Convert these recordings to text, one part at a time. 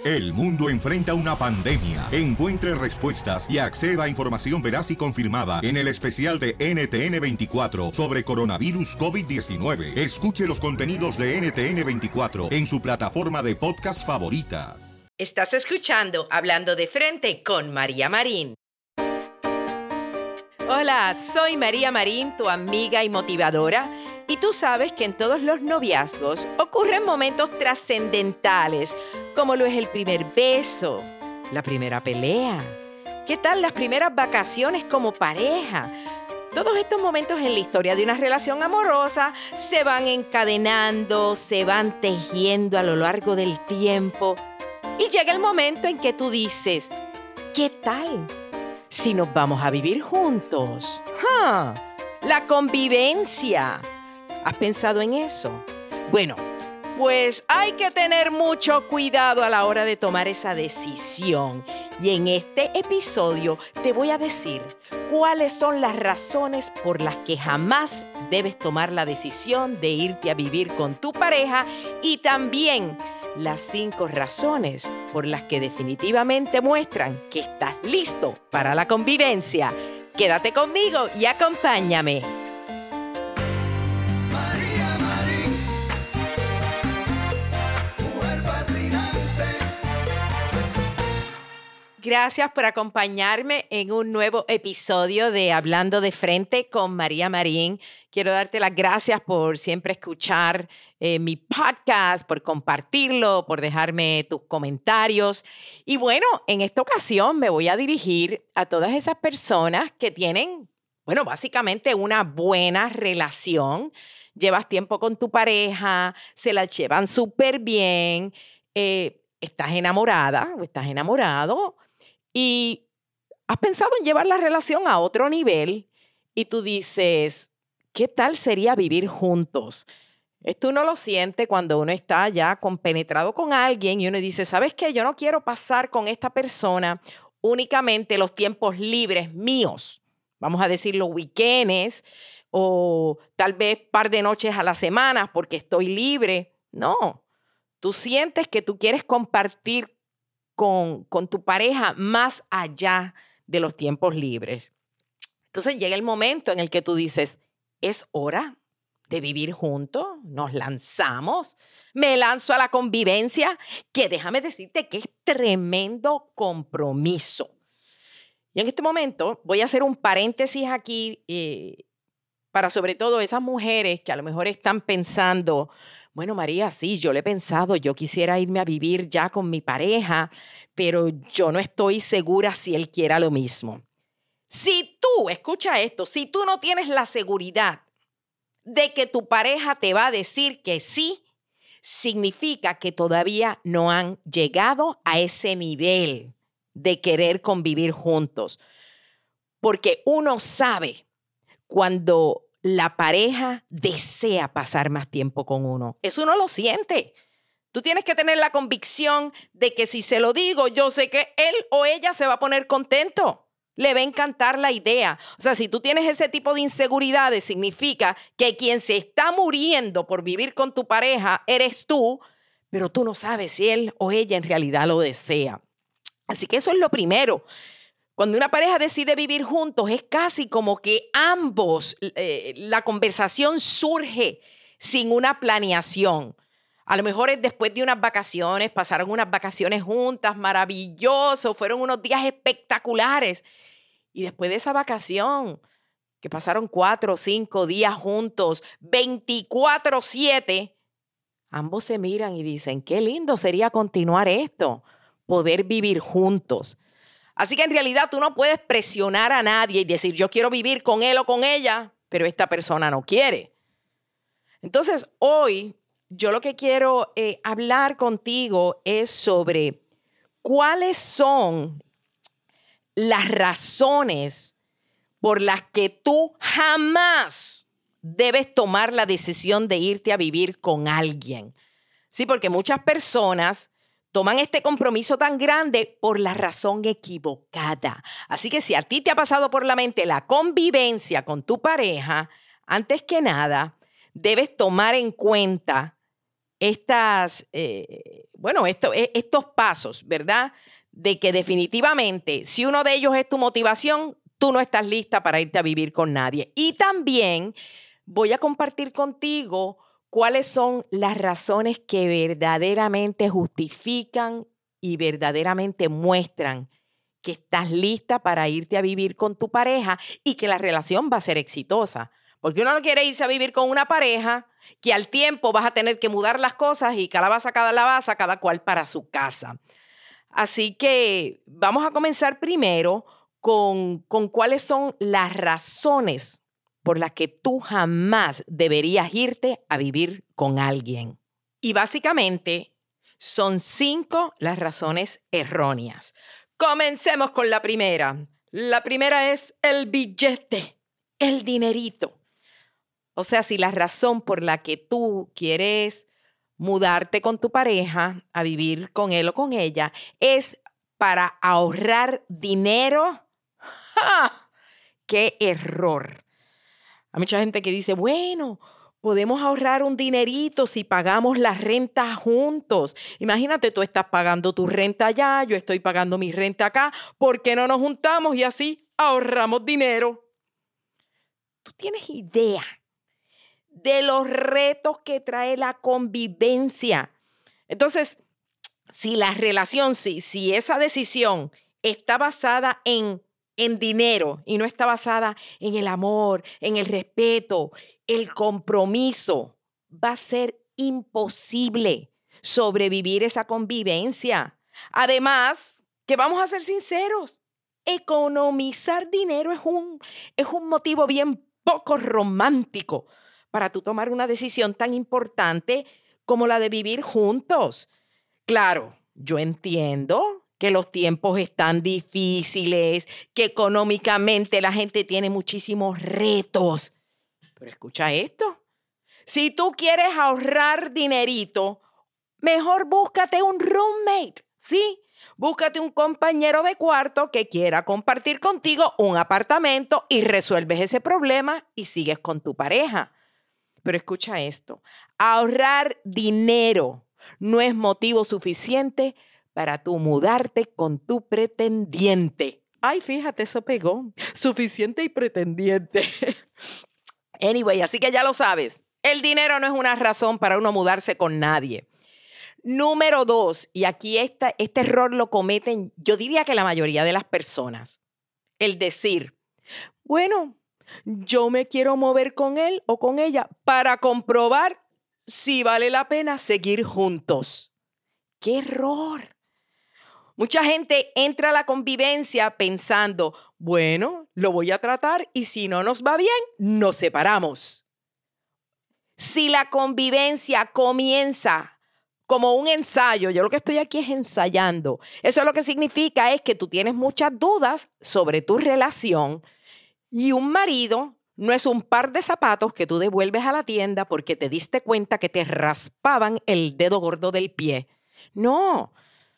El mundo enfrenta una pandemia. Encuentre respuestas y acceda a información veraz y confirmada en el especial de NTN24 sobre coronavirus COVID-19. Escuche los contenidos de NTN24 en su plataforma de podcast favorita. Estás escuchando Hablando de Frente con María Marín. Hola, soy María Marín, tu amiga y motivadora. Y tú sabes que en todos los noviazgos ocurren momentos trascendentales, como lo es el primer beso, la primera pelea. ¿Qué tal las primeras vacaciones como pareja? Todos estos momentos en la historia de una relación amorosa se van encadenando, se van tejiendo a lo largo del tiempo. Y llega el momento en que tú dices, ¿qué tal si nos vamos a vivir juntos? La convivencia. ¿Has pensado en eso? Bueno, pues hay que tener mucho cuidado a la hora de tomar esa decisión. Y en este episodio te voy a decir cuáles son las razones por las que jamás debes tomar la decisión de irte a vivir con tu pareja y también las 5 razones por las que definitivamente muestran que estás listo para la convivencia. Quédate conmigo y acompáñame. Gracias por acompañarme en un nuevo episodio de Hablando de Frente con María Marín. Quiero darte las gracias por siempre escuchar mi podcast, por compartirlo, por dejarme tus comentarios. Y bueno, en esta ocasión me voy a dirigir a todas esas personas que tienen, bueno, básicamente una buena relación. Llevas tiempo con tu pareja, se la llevan súper bien, estás enamorada o estás enamorado. Y has pensado en llevar la relación a otro nivel y tú dices, ¿qué tal sería vivir juntos? Esto uno lo siente cuando uno está ya compenetrado con alguien y uno dice, ¿sabes qué? Yo no quiero pasar con esta persona únicamente los tiempos libres míos. Vamos a decir los weekends o tal vez par de noches a la semana porque estoy libre. No, tú sientes que tú quieres compartir con tu pareja más allá de los tiempos libres. Entonces llega el momento en el que tú dices, es hora de vivir juntos, nos lanzamos, me lanzo a la convivencia, que déjame decirte que es tremendo compromiso. Y en este momento voy a hacer un paréntesis aquí para sobre todo esas mujeres que a lo mejor están pensando, bueno, María, sí, yo le he pensado, yo quisiera irme a vivir ya con mi pareja, pero yo no estoy segura si él quiera lo mismo. Si tú, escucha esto, si tú no tienes la seguridad de que tu pareja te va a decir que sí, significa que todavía no han llegado a ese nivel de querer convivir juntos. Porque uno sabe cuando la pareja desea pasar más tiempo con uno. Eso uno lo siente. Tú tienes que tener la convicción de que si se lo digo, yo sé que él o ella se va a poner contento. Le va a encantar la idea. O sea, si tú tienes ese tipo de inseguridades, significa que quien se está muriendo por vivir con tu pareja eres tú, pero tú no sabes si él o ella en realidad lo desea. Así que eso es lo primero. Cuando una pareja decide vivir juntos, es casi como que ambos, la conversación surge sin una planeación. A lo mejor es después de unas vacaciones, pasaron unas vacaciones juntas, maravilloso, fueron unos días espectaculares. Y después de esa vacación, que pasaron 4 o 5 días juntos, 24/7, ambos se miran y dicen, qué lindo sería continuar esto, poder vivir juntos. Así que en realidad tú no puedes presionar a nadie y decir, yo quiero vivir con él o con ella, pero esta persona no quiere. Entonces, hoy yo lo que quiero hablar contigo es sobre cuáles son las razones por las que tú jamás debes tomar la decisión de irte a vivir con alguien. Sí, porque muchas personas toman este compromiso tan grande por la razón equivocada. Así que si a ti te ha pasado por la mente la convivencia con tu pareja, antes que nada, debes tomar en cuenta estas estos pasos, ¿verdad? De que definitivamente, si uno de ellos es tu motivación, tú no estás lista para irte a vivir con nadie. Y también voy a compartir contigo cuáles son las razones que verdaderamente justifican y verdaderamente muestran que estás lista para irte a vivir con tu pareja y que la relación va a ser exitosa. Porque uno no quiere irse a vivir con una pareja que al tiempo vas a tener que mudar las cosas y calabaza, cada cual para su casa. Así que vamos a comenzar primero con cuáles son las razones por las que tú jamás deberías irte a vivir con alguien. Y básicamente son 5 las razones erróneas. Comencemos con la primera. La primera es el billete, el dinerito. O sea, si la razón por la que tú quieres mudarte con tu pareja a vivir con él o con ella es para ahorrar dinero, ¡ja! ¡Qué error! Hay mucha gente que dice, bueno, podemos ahorrar un dinerito si pagamos la renta juntos. Imagínate, tú estás pagando tu renta allá, yo estoy pagando mi renta acá. ¿Por qué no nos juntamos y así ahorramos dinero? ¿Tú tienes idea de los retos que trae la convivencia? Entonces, si la relación, si esa decisión está basada en dinero y no está basada en el amor, en el respeto, el compromiso, va a ser imposible sobrevivir esa convivencia. Además, que vamos a ser sinceros, economizar dinero es un motivo bien poco romántico para tú tomar una decisión tan importante como la de vivir juntos. Claro, yo entiendo que los tiempos están difíciles, que económicamente la gente tiene muchísimos retos. Pero escucha esto. Si tú quieres ahorrar dinerito, mejor búscate un roommate, ¿sí? Búscate un compañero de cuarto que quiera compartir contigo un apartamento y resuelves ese problema y sigues con tu pareja. Pero escucha esto. Ahorrar dinero no es motivo suficiente para tú mudarte con tu pretendiente. Ay, fíjate, eso pegó. Suficiente y pretendiente. Anyway, así que ya lo sabes. El dinero no es una razón para uno mudarse con nadie. Número 2, y aquí este error lo cometen, yo diría que la mayoría de las personas. El decir, bueno, yo me quiero mover con él o con ella para comprobar si vale la pena seguir juntos. ¡Qué error! Mucha gente entra a la convivencia pensando, bueno, lo voy a tratar y si no nos va bien, nos separamos. Si la convivencia comienza como un ensayo, yo lo que estoy aquí es ensayando. Eso lo que significa es que tú tienes muchas dudas sobre tu relación y un marido no es un par de zapatos que tú devuelves a la tienda porque te diste cuenta que te raspaban el dedo gordo del pie. No,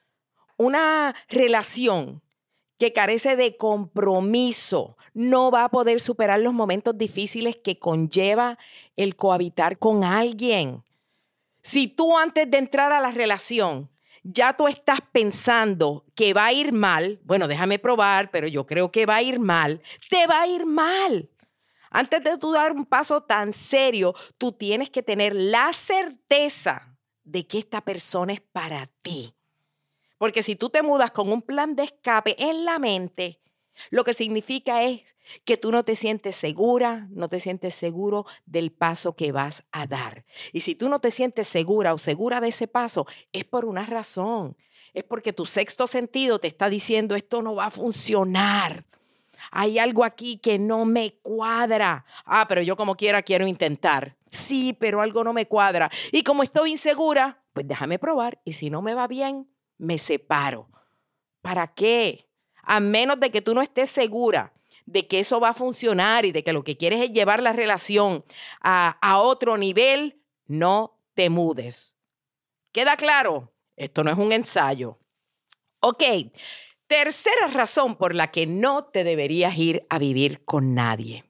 una relación que carece de compromiso no va a poder superar los momentos difíciles que conlleva el cohabitar con alguien. Si tú antes de entrar a la relación ya tú estás pensando que va a ir mal, bueno, déjame probar, pero yo creo que va a ir mal, te va a ir mal. Antes de tú dar un paso tan serio, tú tienes que tener la certeza de que esta persona es para ti. Porque si tú te mudas con un plan de escape en la mente, lo que significa es que tú no te sientes segura, no te sientes seguro del paso que vas a dar. Y si tú no te sientes segura o segura de ese paso, es por una razón. Es porque tu sexto sentido te está diciendo esto no va a funcionar. Hay algo aquí que no me cuadra. Ah, pero yo como quiera quiero intentar. Sí, pero algo no me cuadra. Y como estoy insegura, pues déjame probar. Y si no me va bien, me separo. ¿Para qué? A menos de que tú no estés segura de que eso va a funcionar y de que lo que quieres es llevar la relación a otro nivel, no te mudes. ¿Queda claro? Esto no es un ensayo. Ok, tercera razón por la que no te deberías ir a vivir con nadie.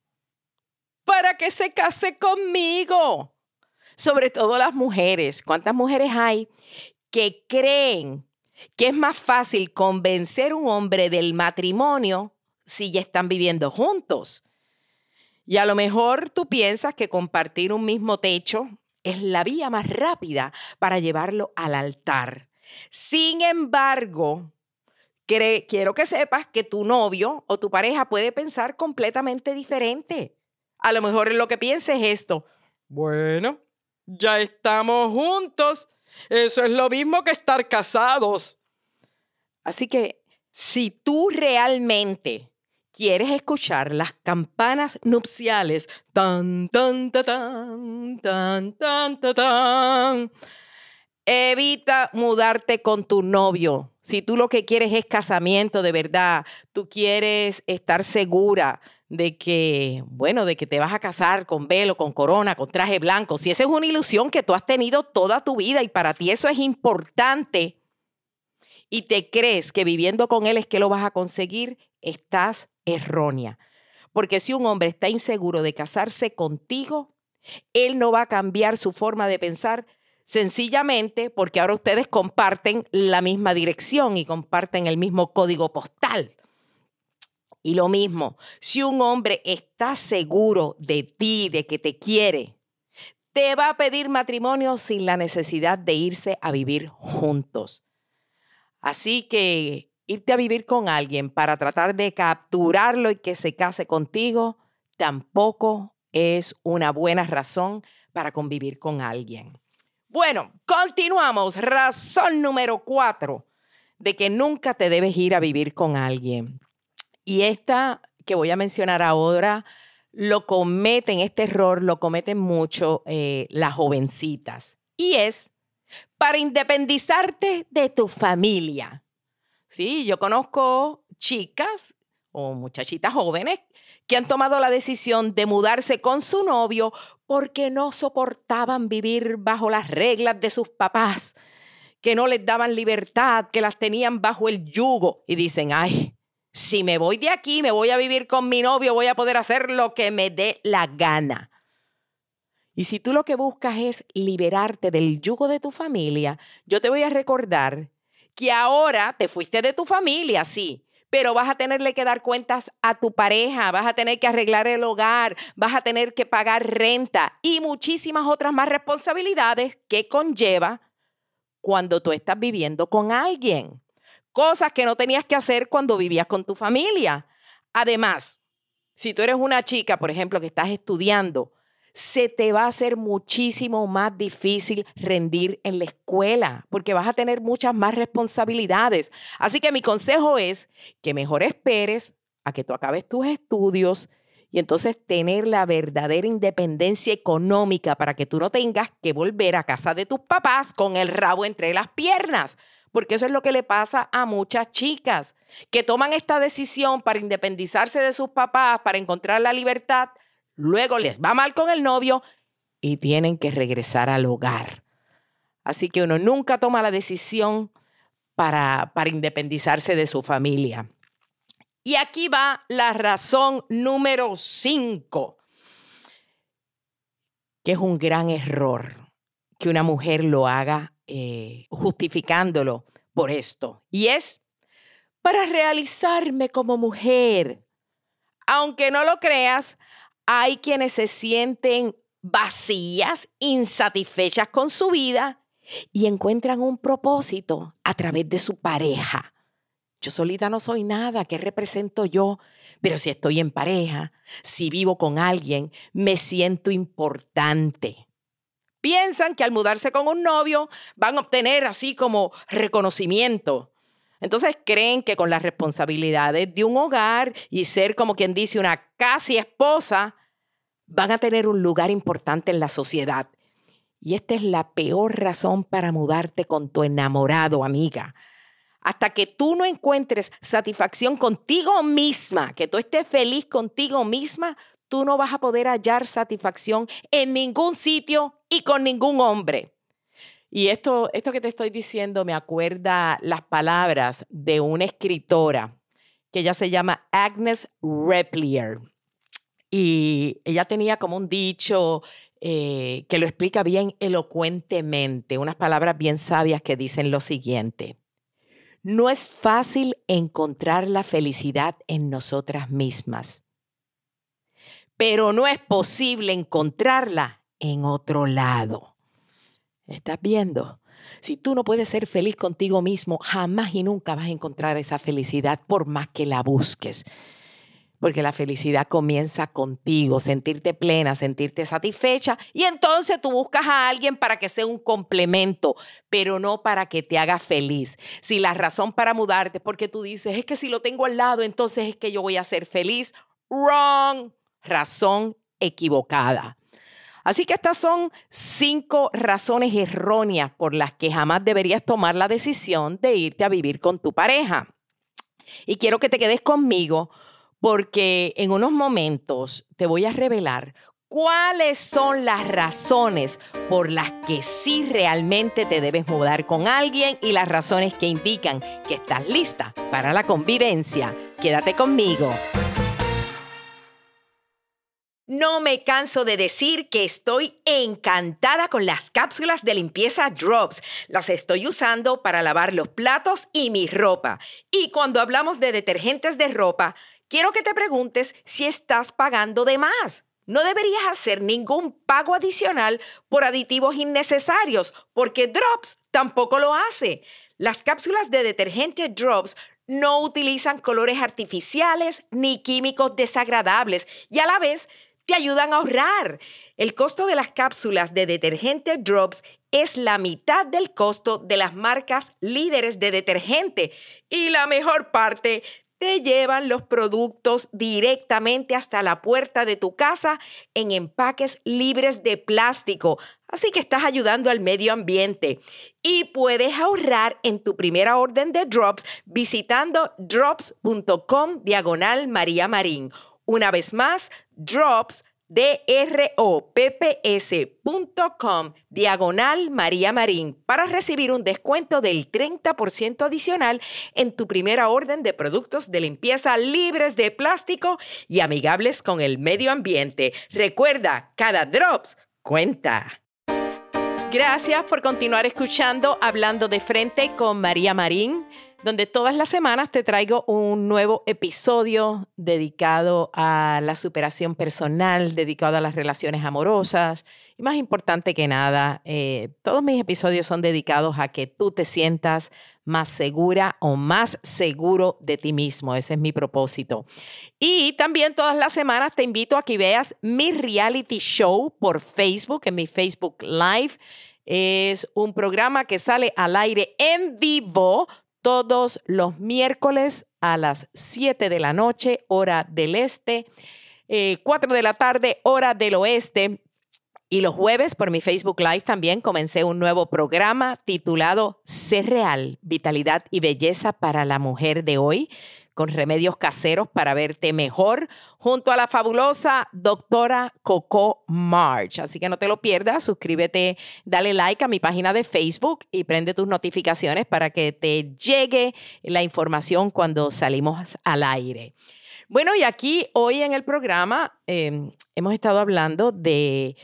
Para que se case conmigo. Sobre todo las mujeres. ¿Cuántas mujeres hay que creen que es más fácil convencer a un hombre del matrimonio si ya están viviendo juntos. Y a lo mejor tú piensas que compartir un mismo techo es la vía más rápida para llevarlo al altar. Sin embargo, quiero que sepas que tu novio o tu pareja puede pensar completamente diferente. A lo mejor lo que pienses es esto: bueno, ya estamos juntos. Eso es lo mismo que estar casados. Así que si tú realmente quieres escuchar las campanas nupciales, tan, tan, tan, tan, tan, tan, tan, tan, evita mudarte con tu novio. Si tú lo que quieres es casamiento de verdad, tú quieres estar segura de que te vas a casar con velo, con corona, con traje blanco. Si esa es una ilusión que tú has tenido toda tu vida y para ti eso es importante y te crees que viviendo con él es que lo vas a conseguir, estás errónea. Porque si un hombre está inseguro de casarse contigo, él no va a cambiar su forma de pensar sencillamente porque ahora ustedes comparten la misma dirección y comparten el mismo código postal. Y lo mismo, si un hombre está seguro de ti, de que te quiere, te va a pedir matrimonio sin la necesidad de irse a vivir juntos. Así que irte a vivir con alguien para tratar de capturarlo y que se case contigo tampoco es una buena razón para convivir con alguien. Bueno, continuamos. Razón número 4 de que nunca te debes ir a vivir con alguien. Y esta que voy a mencionar ahora, este error lo cometen mucho las jovencitas. Y es para independizarte de tu familia. Sí, yo conozco chicas o muchachitas jóvenes que han tomado la decisión de mudarse con su novio porque no soportaban vivir bajo las reglas de sus papás, que no les daban libertad, que las tenían bajo el yugo. Y dicen, ay, si me voy de aquí, me voy a vivir con mi novio, voy a poder hacer lo que me dé la gana. Y si tú lo que buscas es liberarte del yugo de tu familia, yo te voy a recordar que ahora te fuiste de tu familia, sí, pero vas a tenerle que dar cuentas a tu pareja, vas a tener que arreglar el hogar, vas a tener que pagar renta y muchísimas otras más responsabilidades que conlleva cuando tú estás viviendo con alguien. Cosas que no tenías que hacer cuando vivías con tu familia. Además, si tú eres una chica, por ejemplo, que estás estudiando, se te va a hacer muchísimo más difícil rendir en la escuela porque vas a tener muchas más responsabilidades. Así que mi consejo es que mejor esperes a que tú acabes tus estudios y entonces tener la verdadera independencia económica para que tú no tengas que volver a casa de tus papás con el rabo entre las piernas. Porque eso es lo que le pasa a muchas chicas que toman esta decisión para independizarse de sus papás, para encontrar la libertad. Luego les va mal con el novio y tienen que regresar al hogar. Así que uno nunca toma la decisión para independizarse de su familia. Y aquí va la razón número 5, que es un gran error que una mujer lo haga justificándolo por esto. Y es para realizarme como mujer. Aunque no lo creas, hay quienes se sienten vacías, insatisfechas con su vida y encuentran un propósito a través de su pareja. Yo solita no soy nada, ¿qué represento yo? Pero si estoy en pareja, si vivo con alguien, me siento importante. Piensan que al mudarse con un novio van a obtener así como reconocimiento. Entonces creen que con las responsabilidades de un hogar y ser como quien dice una casi esposa, van a tener un lugar importante en la sociedad. Y esta es la peor razón para mudarte con tu enamorado, amiga. Hasta que tú no encuentres satisfacción contigo misma, que tú estés feliz contigo misma, tú no vas a poder hallar satisfacción en ningún sitio y con ningún hombre. Y esto que te estoy diciendo me acuerda las palabras de una escritora que ella se llama Agnes Repplier. Y ella tenía como un dicho que lo explica bien elocuentemente, unas palabras bien sabias que dicen lo siguiente: no es fácil encontrar la felicidad en nosotras mismas, pero no es posible encontrarla en otro lado. ¿Estás viendo? Si tú no puedes ser feliz contigo mismo, jamás y nunca vas a encontrar esa felicidad por más que la busques. Porque la felicidad comienza contigo, sentirte plena, sentirte satisfecha, y entonces tú buscas a alguien para que sea un complemento, pero no para que te haga feliz. Si la razón para mudarte es porque tú dices, es que si lo tengo al lado, entonces es que yo voy a ser feliz. Wrong. Razón equivocada. Así que estas son 5 razones erróneas por las que jamás deberías tomar la decisión de irte a vivir con tu pareja. Y quiero que te quedes conmigo porque en unos momentos te voy a revelar cuáles son las razones por las que sí realmente te debes mudar con alguien y las razones que indican que estás lista para la convivencia. Quédate conmigo. No me canso de decir que estoy encantada con las cápsulas de limpieza Drops. Las estoy usando para lavar los platos y mi ropa. Y cuando hablamos de detergentes de ropa, quiero que te preguntes si estás pagando de más. No deberías hacer ningún pago adicional por aditivos innecesarios, porque Drops tampoco lo hace. Las cápsulas de detergente Drops no utilizan colores artificiales ni químicos desagradables y a la vez te ayudan a ahorrar. El costo de las cápsulas de detergente Drops es la mitad del costo de las marcas líderes de detergente. Y la mejor parte, te llevan los productos directamente hasta la puerta de tu casa en empaques libres de plástico. Así que estás ayudando al medio ambiente. Y puedes ahorrar en tu primera orden de Drops visitando drops.com/María Marín. Una vez más, Drops, drops.com/María Marín para recibir un descuento del 30% adicional en tu primera orden de productos de limpieza libres de plástico y amigables con el medio ambiente. Recuerda, cada Drops cuenta. Gracias por continuar escuchando Hablando de Frente con María Marín, donde todas las semanas te traigo un nuevo episodio dedicado a la superación personal, dedicado a las relaciones amorosas. Y más importante que nada, todos mis episodios son dedicados a que tú te sientas más segura o más seguro de ti mismo. Ese es mi propósito. Y también todas las semanas te invito a que veas mi reality show por Facebook, en mi Facebook Live. Es un programa que sale al aire en vivo todos los miércoles a las 7 de la noche, hora del este, 4 de la tarde, hora del oeste. Y los jueves por mi Facebook Live también comencé un nuevo programa titulado Ser Real, Vitalidad y Belleza para la Mujer de Hoy, con remedios caseros para verte mejor, junto a la fabulosa doctora Coco March. Así que no te lo pierdas, suscríbete, dale like a mi página de Facebook y prende tus notificaciones para que te llegue la información cuando salimos al aire. Bueno, y aquí hoy en el programa hemos estado hablando de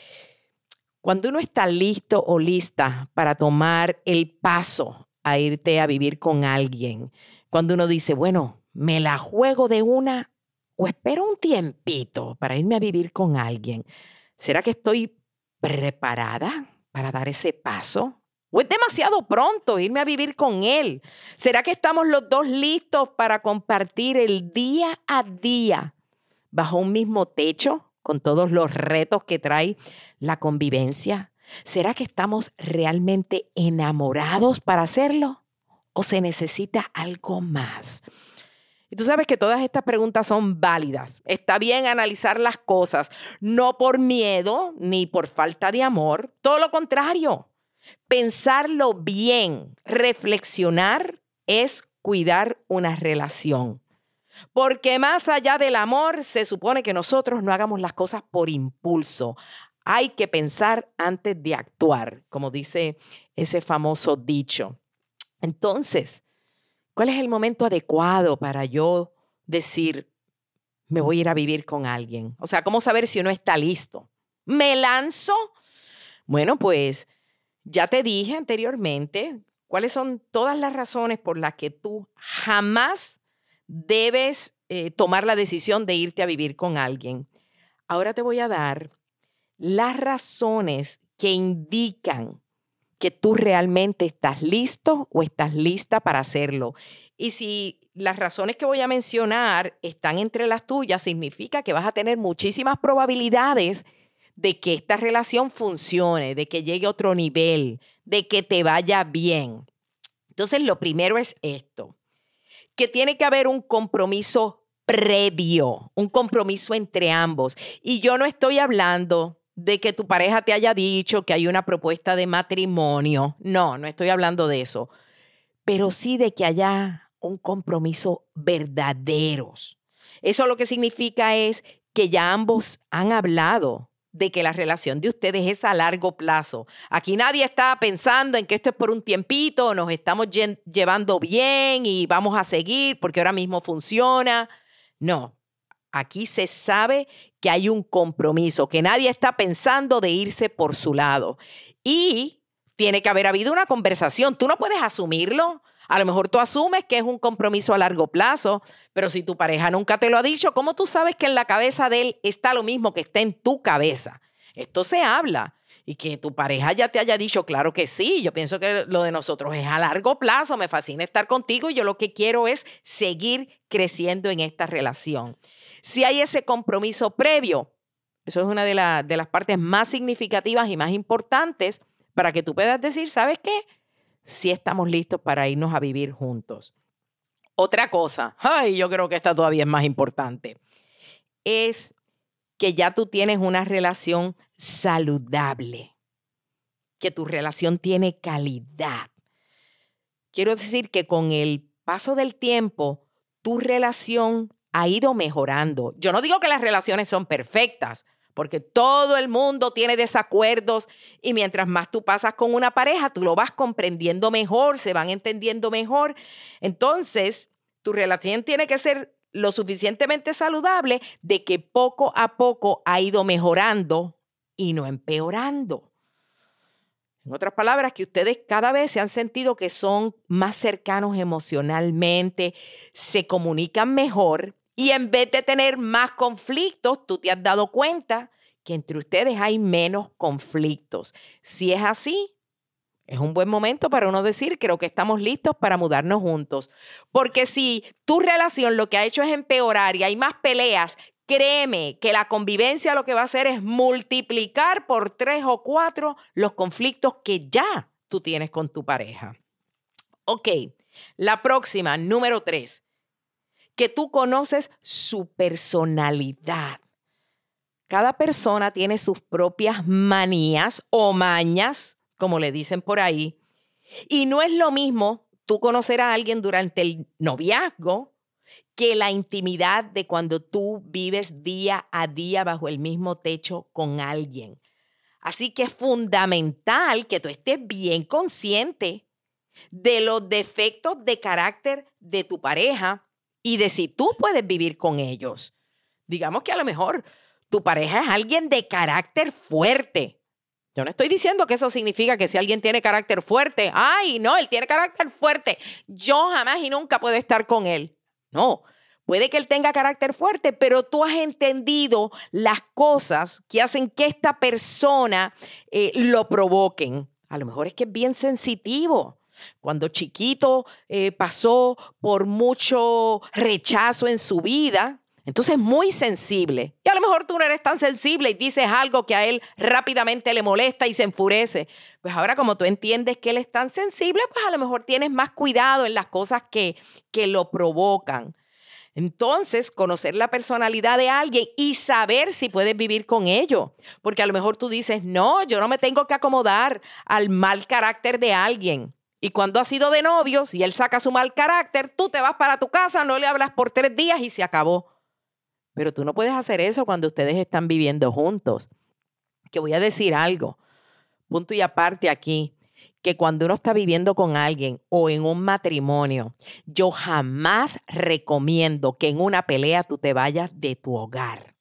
cuando uno está listo o lista para tomar el paso a irte a vivir con alguien. Cuando uno dice, bueno, ¿me la juego de una o espero un tiempito para irme a vivir con alguien? ¿Será que estoy preparada para dar ese paso? ¿O es demasiado pronto irme a vivir con él? ¿Será que estamos los dos listos para compartir el día a día bajo un mismo techo con todos los retos que trae la convivencia? ¿Será que estamos realmente enamorados para hacerlo? ¿O se necesita algo más? Y tú sabes que todas estas preguntas son válidas. Está bien analizar las cosas, no por miedo ni por falta de amor. Todo lo contrario. Pensarlo bien, reflexionar es cuidar una relación. Porque más allá del amor, se supone que nosotros no hagamos las cosas por impulso. Hay que pensar antes de actuar, como dice ese famoso dicho. Entonces, ¿cuál es el momento adecuado para yo decir, me voy a ir a vivir con alguien? O sea, ¿cómo saber si uno está listo? ¿Me lanzo? Bueno, pues ya te dije anteriormente cuáles son todas las razones por las que tú jamás debes tomar la decisión de irte a vivir con alguien. Ahora te voy a dar las razones que indican que tú realmente estás listo o estás lista para hacerlo. Y si las razones que voy a mencionar están entre las tuyas, significa que vas a tener muchísimas probabilidades de que esta relación funcione, de que llegue a otro nivel, de que te vaya bien. Entonces, lo primero es esto, que tiene que haber un compromiso previo, un compromiso entre ambos. Y yo no estoy hablando de que tu pareja te haya dicho que hay una propuesta de matrimonio. No estoy hablando de eso. Pero sí de que haya un compromiso verdadero. Eso lo que significa es que ya ambos han hablado de que la relación de ustedes es a largo plazo. Aquí nadie está pensando en que esto es por un tiempito, nos estamos llevando bien y vamos a seguir porque ahora mismo funciona. No, aquí se sabe que hay un compromiso, que nadie está pensando de irse por su lado. Y tiene que haber habido una conversación. Tú no puedes asumirlo. A lo mejor tú asumes que es un compromiso a largo plazo, pero si tu pareja nunca te lo ha dicho, ¿cómo tú sabes que en la cabeza de él está lo mismo que está en tu cabeza? Esto se habla. Y que tu pareja ya te haya dicho, claro que sí, yo pienso que lo de nosotros es a largo plazo, me fascina estar contigo y yo lo que quiero es seguir creciendo en esta relación. Si hay ese compromiso previo, eso es una de las partes más significativas y más importantes para que tú puedas decir, ¿sabes qué? Sí estamos listos para irnos a vivir juntos. Otra cosa, yo creo que esta todavía es más importante, es que ya tú tienes una relación saludable, que tu relación tiene calidad. Quiero decir que con el paso del tiempo, tu relación ha ido mejorando. Yo no digo que las relaciones son perfectas, porque todo el mundo tiene desacuerdos y mientras más tú pasas con una pareja, tú lo vas comprendiendo mejor, se van entendiendo mejor. Entonces, tu relación tiene que ser lo suficientemente saludable de que poco a poco ha ido mejorando y no empeorando. En otras palabras, que ustedes cada vez se han sentido que son más cercanos emocionalmente, se comunican mejor y en vez de tener más conflictos, tú te has dado cuenta que entre ustedes hay menos conflictos. Si es así, es un buen momento para uno decir, creo que estamos listos para mudarnos juntos. Porque si tu relación lo que ha hecho es empeorar y hay más peleas, créeme que la convivencia lo que va a hacer es multiplicar por 3 o 4 los conflictos que ya tú tienes con tu pareja. Ok, la próxima, número 3, que tú conoces su personalidad. Cada persona tiene sus propias manías o mañas, como le dicen por ahí, y no es lo mismo tú conocer a alguien durante el noviazgo que la intimidad de cuando tú vives día a día bajo el mismo techo con alguien. Así que es fundamental que tú estés bien consciente de los defectos de carácter de tu pareja y de si tú puedes vivir con ellos. Digamos que a lo mejor tu pareja es alguien de carácter fuerte. Yo no estoy diciendo que eso significa que si alguien tiene carácter fuerte, no, él tiene carácter fuerte, yo jamás y nunca puedo estar con él. No, puede que él tenga carácter fuerte, pero tú has entendido las cosas que hacen que esta persona lo provoquen. A lo mejor es que es bien sensitivo. Cuando chiquito pasó por mucho rechazo en su vida, entonces es muy sensible. Y a lo mejor tú no eres tan sensible y dices algo que a él rápidamente le molesta y se enfurece. Pues ahora como tú entiendes que él es tan sensible, pues a lo mejor tienes más cuidado en las cosas que lo provocan. Entonces, conocer la personalidad de alguien y saber si puedes vivir con ello. Porque a lo mejor tú dices, no, yo no me tengo que acomodar al mal carácter de alguien. Y cuando has sido de novios y él saca su mal carácter, tú te vas para tu casa, no le hablas por 3 días y se acabó. Pero tú no puedes hacer eso cuando ustedes están viviendo juntos. Que voy a decir algo, punto y aparte aquí, que cuando uno está viviendo con alguien o en un matrimonio, yo jamás recomiendo que en una pelea tú te vayas de tu hogar.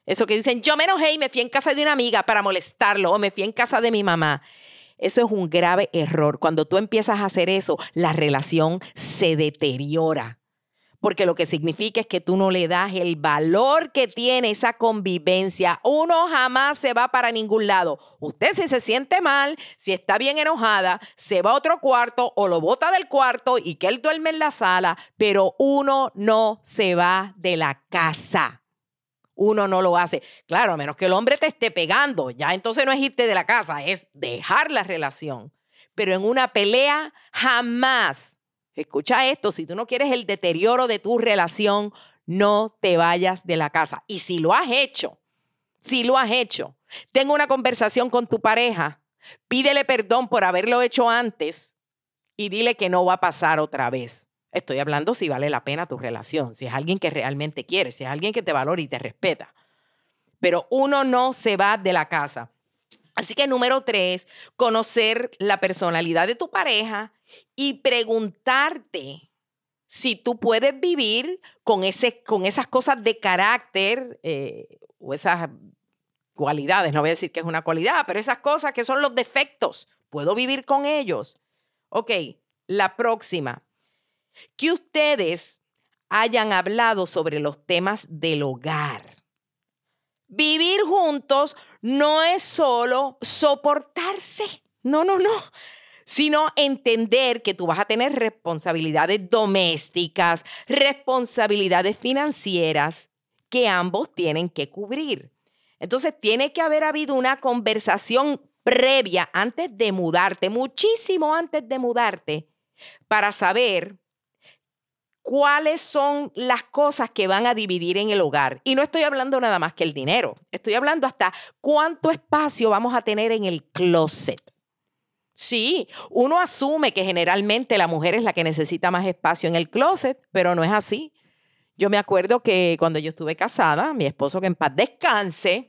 Eso que dicen, yo me enojé y me fui en casa de una amiga para molestarlo o me fui en casa de mi mamá. Eso es un grave error. Cuando tú empiezas a hacer eso, la relación se deteriora. Porque lo que significa es que tú no le das el valor que tiene esa convivencia. Uno jamás se va para ningún lado. Usted si se siente mal, si está bien enojada, se va a otro cuarto o lo bota del cuarto y que él duerme en la sala, pero uno no se va de la casa. Uno no lo hace. Claro, a menos que el hombre te esté pegando. Ya entonces no es irte de la casa, es dejar la relación. Pero en una pelea jamás. Escucha esto, si tú no quieres el deterioro de tu relación, no te vayas de la casa. Y si lo has hecho, tenga una conversación con tu pareja, pídele perdón por haberlo hecho antes y dile que no va a pasar otra vez. Estoy hablando si vale la pena tu relación, si es alguien que realmente quieres, si es alguien que te valora y te respeta. Pero uno no se va de la casa. Así que número 3, conocer la personalidad de tu pareja y preguntarte si tú puedes vivir con esas cosas de carácter o esas cualidades. No voy a decir que es una cualidad, pero esas cosas que son los defectos. ¿Puedo vivir con ellos? Ok, la próxima. Que ustedes hayan hablado sobre los temas del hogar. Vivir juntos no es solo soportarse, no, sino entender que tú vas a tener responsabilidades domésticas, responsabilidades financieras que ambos tienen que cubrir. Entonces, tiene que haber habido una conversación previa antes de mudarte, muchísimo antes de mudarte, para saber cuáles son las cosas que van a dividir en el hogar. Y no estoy hablando nada más que el dinero. Estoy hablando hasta cuánto espacio vamos a tener en el closet. Sí, uno asume que generalmente la mujer es la que necesita más espacio en el closet, pero no es así. Yo me acuerdo que cuando yo estuve casada, mi esposo, que en paz descanse,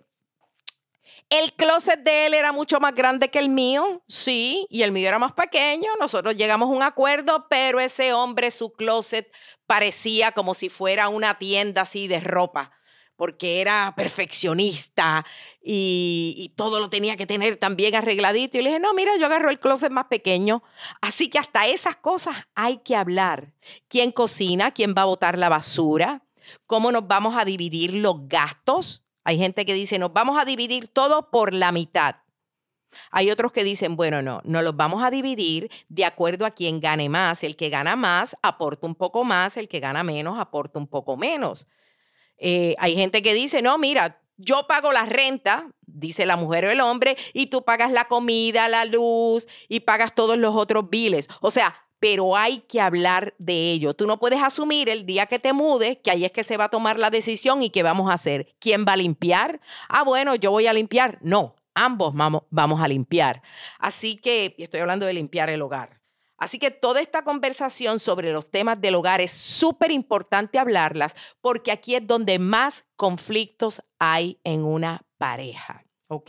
el closet de él era mucho más grande que el mío, sí, y el mío era más pequeño. Nosotros llegamos a un acuerdo, pero ese hombre, su closet parecía como si fuera una tienda así de ropa, porque era perfeccionista y todo lo tenía que tener tan bien arregladito. Y le dije, no, mira, yo agarro el closet más pequeño. Así que hasta esas cosas hay que hablar. ¿Quién cocina? ¿Quién va a botar la basura? ¿Cómo nos vamos a dividir los gastos? Hay gente que dice, nos vamos a dividir todo por la mitad. Hay otros que dicen, bueno, no los vamos a dividir de acuerdo a quién gane más. El que gana más aporta un poco más, el que gana menos aporta un poco menos. Hay gente que dice, no, mira, yo pago la renta, dice la mujer o el hombre, y tú pagas la comida, la luz y pagas todos los otros biles. O sea, pero hay que hablar de ello. Tú no puedes asumir el día que te mudes que ahí es que se va a tomar la decisión y qué vamos a hacer. ¿Quién va a limpiar? Ah, bueno, yo voy a limpiar. No, ambos vamos a limpiar. Así que, estoy hablando de limpiar el hogar. Así que toda esta conversación sobre los temas del hogar es súper importante hablarlas porque aquí es donde más conflictos hay en una pareja. ¿Ok?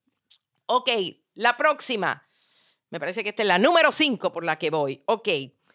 Ok, la próxima. Me parece que esta es la número 5 por la que voy. Ok,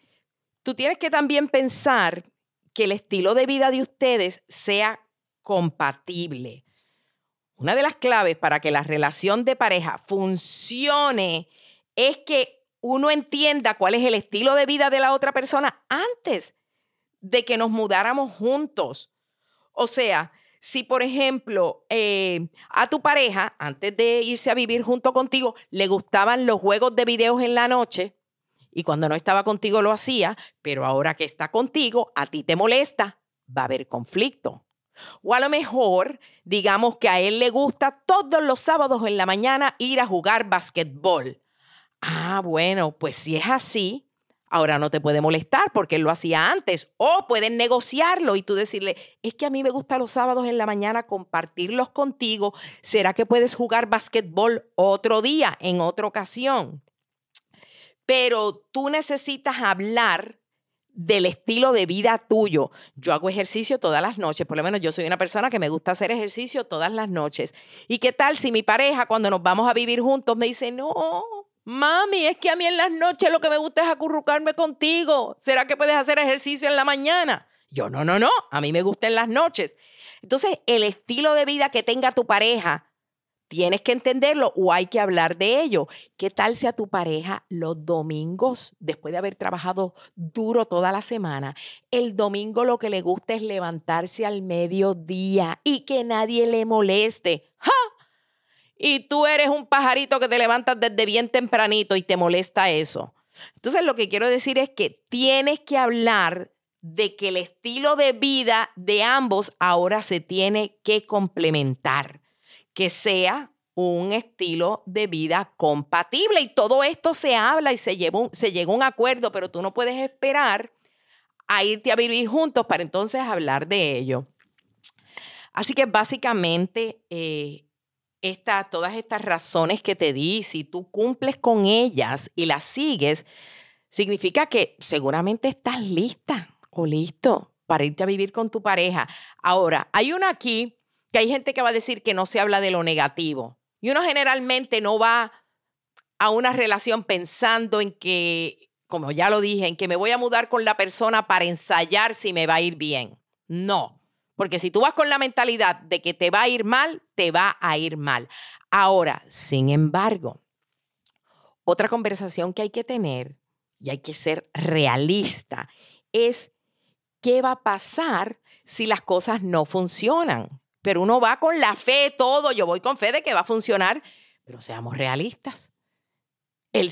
tú tienes que también pensar que el estilo de vida de ustedes sea compatible. Una de las claves para que la relación de pareja funcione es que uno entienda cuál es el estilo de vida de la otra persona antes de que nos mudáramos juntos. O sea, si, por ejemplo, a tu pareja, antes de irse a vivir junto contigo, le gustaban los juegos de videos en la noche y cuando no estaba contigo lo hacía, pero ahora que está contigo, a ti te molesta, va a haber conflicto. O a lo mejor, digamos que a él le gusta todos los sábados en la mañana ir a jugar basquetbol. Ah, bueno, pues si es así, ahora no te puede molestar porque él lo hacía antes. O pueden negociarlo y tú decirle, es que a mí me gusta los sábados en la mañana compartirlos contigo. ¿Será que puedes jugar basquetbol otro día, en otra ocasión? Pero tú necesitas hablar del estilo de vida tuyo. Yo hago ejercicio todas las noches, por lo menos yo soy una persona que me gusta hacer ejercicio todas las noches. ¿Y qué tal si mi pareja cuando nos vamos a vivir juntos me dice, no, mami, es que a mí en las noches lo que me gusta es acurrucarme contigo? ¿Será que puedes hacer ejercicio en la mañana? Yo, no, a mí me gustan las noches. Entonces, el estilo de vida que tenga tu pareja, tienes que entenderlo o hay que hablar de ello. ¿Qué tal si a tu pareja los domingos, después de haber trabajado duro toda la semana, el domingo lo que le gusta es levantarse al mediodía y que nadie le moleste? ¡Ja! Y tú eres un pajarito que te levantas desde bien tempranito y te molesta eso. Entonces, lo que quiero decir es que tienes que hablar de que el estilo de vida de ambos ahora se tiene que complementar, que sea un estilo de vida compatible. Y todo esto se habla y se llega a un acuerdo, pero tú no puedes esperar a irte a vivir juntos para entonces hablar de ello. Así que básicamente todas estas razones que te di, si tú cumples con ellas y las sigues, significa que seguramente estás lista o listo para irte a vivir con tu pareja. Ahora, hay una aquí que hay gente que va a decir que no se habla de lo negativo. Y uno generalmente no va a una relación pensando en que, como ya lo dije, en que me voy a mudar con la persona para ensayar si me va a ir bien. No, porque si tú vas con la mentalidad de que te va a ir mal, te va a ir mal. Ahora, sin embargo, otra conversación que hay que tener, y hay que ser realista, es qué va a pasar si las cosas no funcionan. Pero uno va con la fe, todo. Yo voy con fe de que va a funcionar, pero seamos realistas. El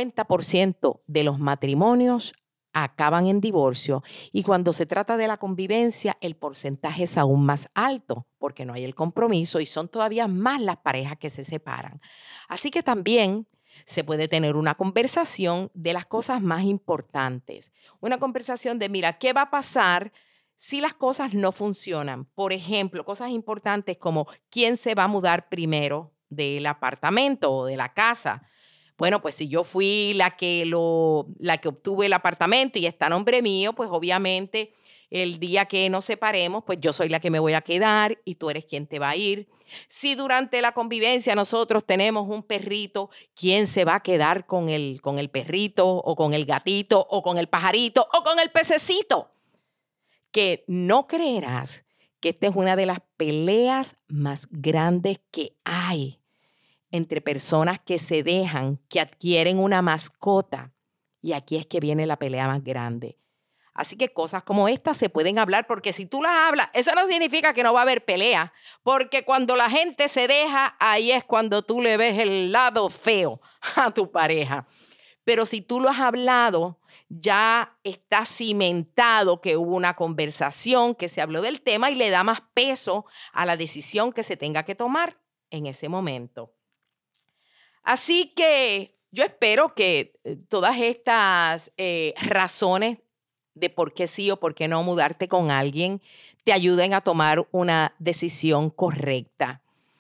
50% de los matrimonios acaban en divorcio y cuando se trata de la convivencia, el porcentaje es aún más alto porque no hay el compromiso y son todavía más las parejas que se separan. Así que también se puede tener una conversación de las cosas más importantes. Una conversación de, mira, ¿qué va a pasar si las cosas no funcionan? Por ejemplo, cosas importantes como quién se va a mudar primero del apartamento o de la casa. Bueno, pues si yo fui la que obtuve el apartamento y está a nombre mío, pues obviamente el día que nos separemos, pues yo soy la que me voy a quedar y tú eres quien te va a ir. Si durante la convivencia nosotros tenemos un perrito, ¿quién se va a quedar con el perrito o con el gatito o con el pajarito o con el pececito? Que no creerás que esta es una de las peleas más grandes que hay entre personas que se dejan, que adquieren una mascota. Y aquí es que viene la pelea más grande. Así que cosas como estas se pueden hablar porque si tú las hablas, eso no significa que no va a haber pelea. Porque cuando la gente se deja, ahí es cuando tú le ves el lado feo a tu pareja. Pero si tú lo has hablado, ya está cimentado que hubo una conversación, que se habló del tema y le da más peso a la decisión que se tenga que tomar en ese momento. Así que yo espero que todas estas razones de por qué sí o por qué no mudarte con alguien te ayuden a tomar una decisión correcta.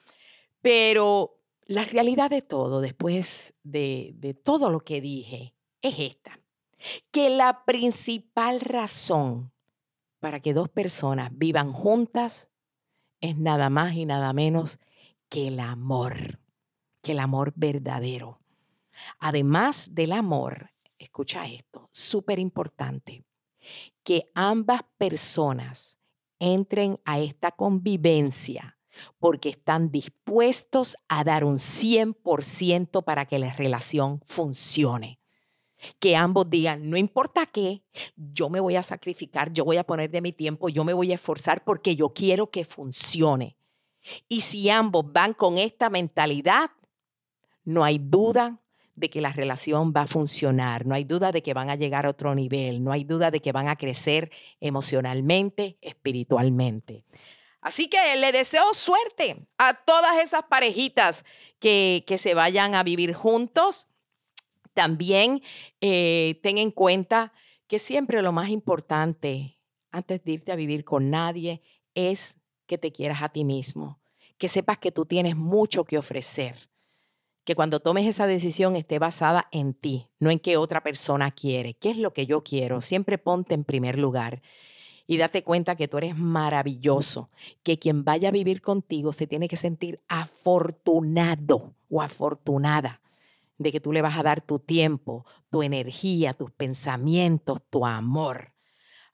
Pero la realidad de todo, después de todo lo que dije, es esta. Que la principal razón para que dos personas vivan juntas es nada más y nada menos que el amor verdadero. Además del amor, escucha esto, súper importante, que ambas personas entren a esta convivencia porque están dispuestos a dar un 100% para que la relación funcione. Que ambos digan, no importa qué, yo me voy a sacrificar, yo voy a poner de mi tiempo, yo me voy a esforzar porque yo quiero que funcione. Y si ambos van con esta mentalidad, no hay duda de que la relación va a funcionar, no hay duda de que van a llegar a otro nivel, no hay duda de que van a crecer emocionalmente, espiritualmente. Así que le deseo suerte a todas esas parejitas que se vayan a vivir juntos. También ten en cuenta que siempre lo más importante antes de irte a vivir con nadie es que te quieras a ti mismo, que sepas que tú tienes mucho que ofrecer, que cuando tomes esa decisión esté basada en ti, no en qué otra persona quiere. ¿Qué es lo que yo quiero? Siempre ponte en primer lugar y date cuenta que tú eres maravilloso, que quien vaya a vivir contigo se tiene que sentir afortunado o afortunada de que tú le vas a dar tu tiempo, tu energía, tus pensamientos, tu amor.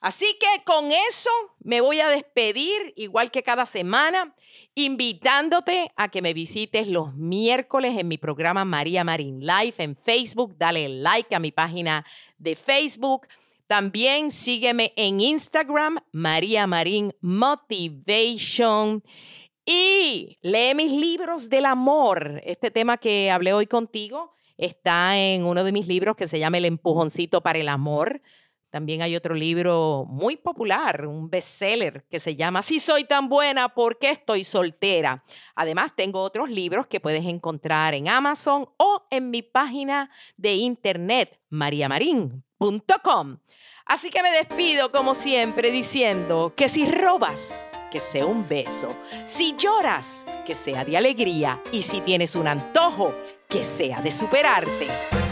Así que con eso me voy a despedir, igual que cada semana, invitándote a que me visites los miércoles en mi programa María Marín Live en Facebook. Dale like a mi página de Facebook. También sígueme en Instagram, María Marín Motivation. Y lee mis libros del amor. Este tema que hablé hoy contigo está en uno de mis libros que se llama El empujoncito para el amor. También hay otro libro muy popular, un bestseller que se llama Si soy tan buena, ¿por qué estoy soltera? Además, tengo otros libros que puedes encontrar en Amazon o en mi página de internet, mariamarin.com. Así que me despido, como siempre, diciendo que si robas, que sea un beso. Si lloras, que sea de alegría. Y si tienes un antojo, que sea de superarte.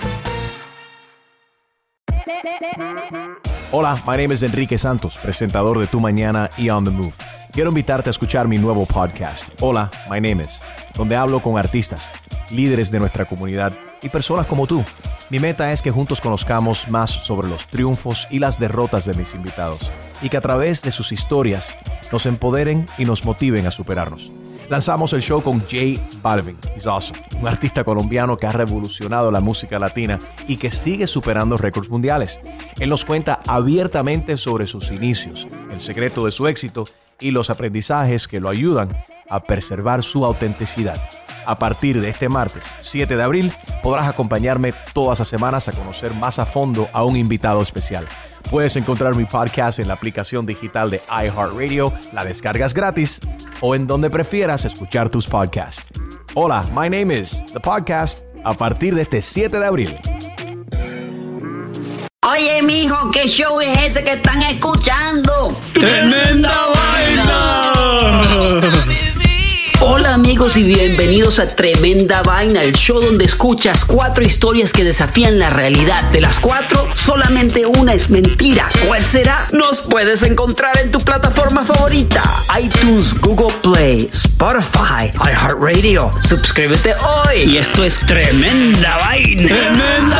Hola, my name is Enrique Santos, presentador de Tu Mañana y On The Move. Quiero invitarte a escuchar mi nuevo podcast, Hola, my name is, donde hablo con artistas, líderes de nuestra comunidad y personas como tú. Mi meta es que juntos conozcamos más sobre los triunfos y las derrotas de mis invitados y que a través de sus historias nos empoderen y nos motiven a superarnos. Lanzamos el show con J Balvin, he's awesome, un artista colombiano que ha revolucionado la música latina y que sigue superando récords mundiales. Él nos cuenta abiertamente sobre sus inicios, el secreto de su éxito y los aprendizajes que lo ayudan a preservar su autenticidad. A partir de este martes, 7 de abril, podrás acompañarme todas las semanas a conocer más a fondo a un invitado especial. Puedes encontrar mi podcast en la aplicación digital de iHeartRadio, la descargas gratis, o en donde prefieras escuchar tus podcasts. Hola, my name is The Podcast, a partir de este 7 de abril. Oye, mijo, ¿qué show es ese que están escuchando? ¡Tremenda Vaina! Hola amigos y bienvenidos a Tremenda Vaina, el show donde escuchas 4 historias que desafían la realidad. De las 4, solamente una es mentira. ¿Cuál será? Nos puedes encontrar en tu plataforma favorita: iTunes, Google Play, Spotify, iHeartRadio. Suscríbete hoy. Y esto es Tremenda Vaina. ¡Tremenda